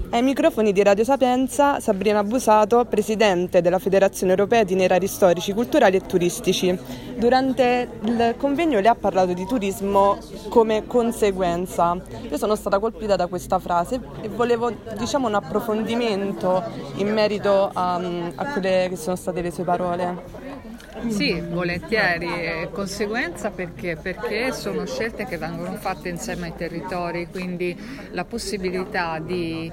Ai microfoni di Radio Sapienza, Sabrina Busato, presidente della Federazione Europea di Itinerari Storici, Culturali e Turistici. Durante il convegno lei ha parlato di turismo come conseguenza. Io sono stata colpita da questa frase e volevo, un approfondimento in merito a quelle che sono state le sue parole. Sì, volentieri. Conseguenza perché sono scelte che vengono fatte insieme ai territori, quindi la possibilità di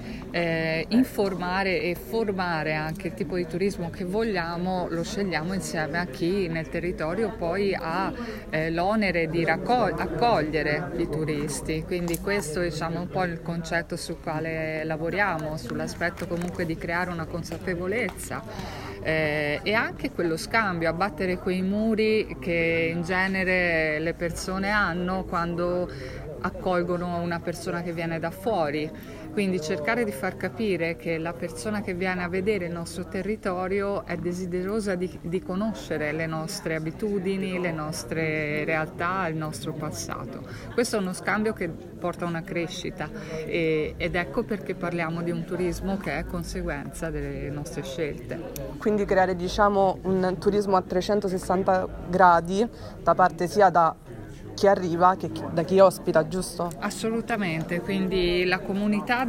informare e formare anche il tipo di turismo che vogliamo lo scegliamo insieme a chi nel territorio poi ha l'onere di accogliere i turisti. Quindi questo è un po' il concetto sul quale lavoriamo, sull'aspetto comunque di creare una consapevolezza. E anche quello scambio, abbattere quei muri che in genere le persone hanno quando accolgono una persona che viene da fuori. Quindi cercare di far capire che la persona che viene a vedere il nostro territorio è desiderosa di conoscere le nostre abitudini, le nostre realtà, il nostro passato. Questo è uno scambio che porta a una crescita ed ecco perché parliamo di un turismo che è conseguenza delle nostre scelte. Quindi creare un turismo a 360 gradi da parte sia da chi arriva che da chi ospita, giusto? Assolutamente, quindi la comunità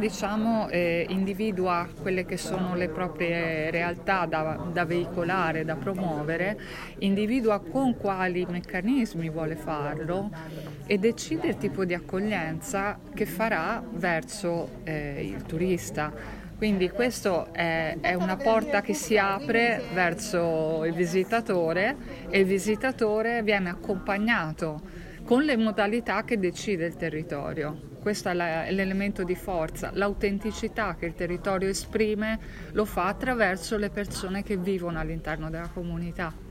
individua quelle che sono le proprie realtà da veicolare, da promuovere, individua con quali meccanismi vuole farlo e decide il tipo di accoglienza che farà verso il turista. Quindi questo è una porta che si apre verso il visitatore e il visitatore viene accompagnato con le modalità che decide il territorio. Questo è l'elemento di forza, l'autenticità che il territorio esprime lo fa attraverso le persone che vivono all'interno della comunità.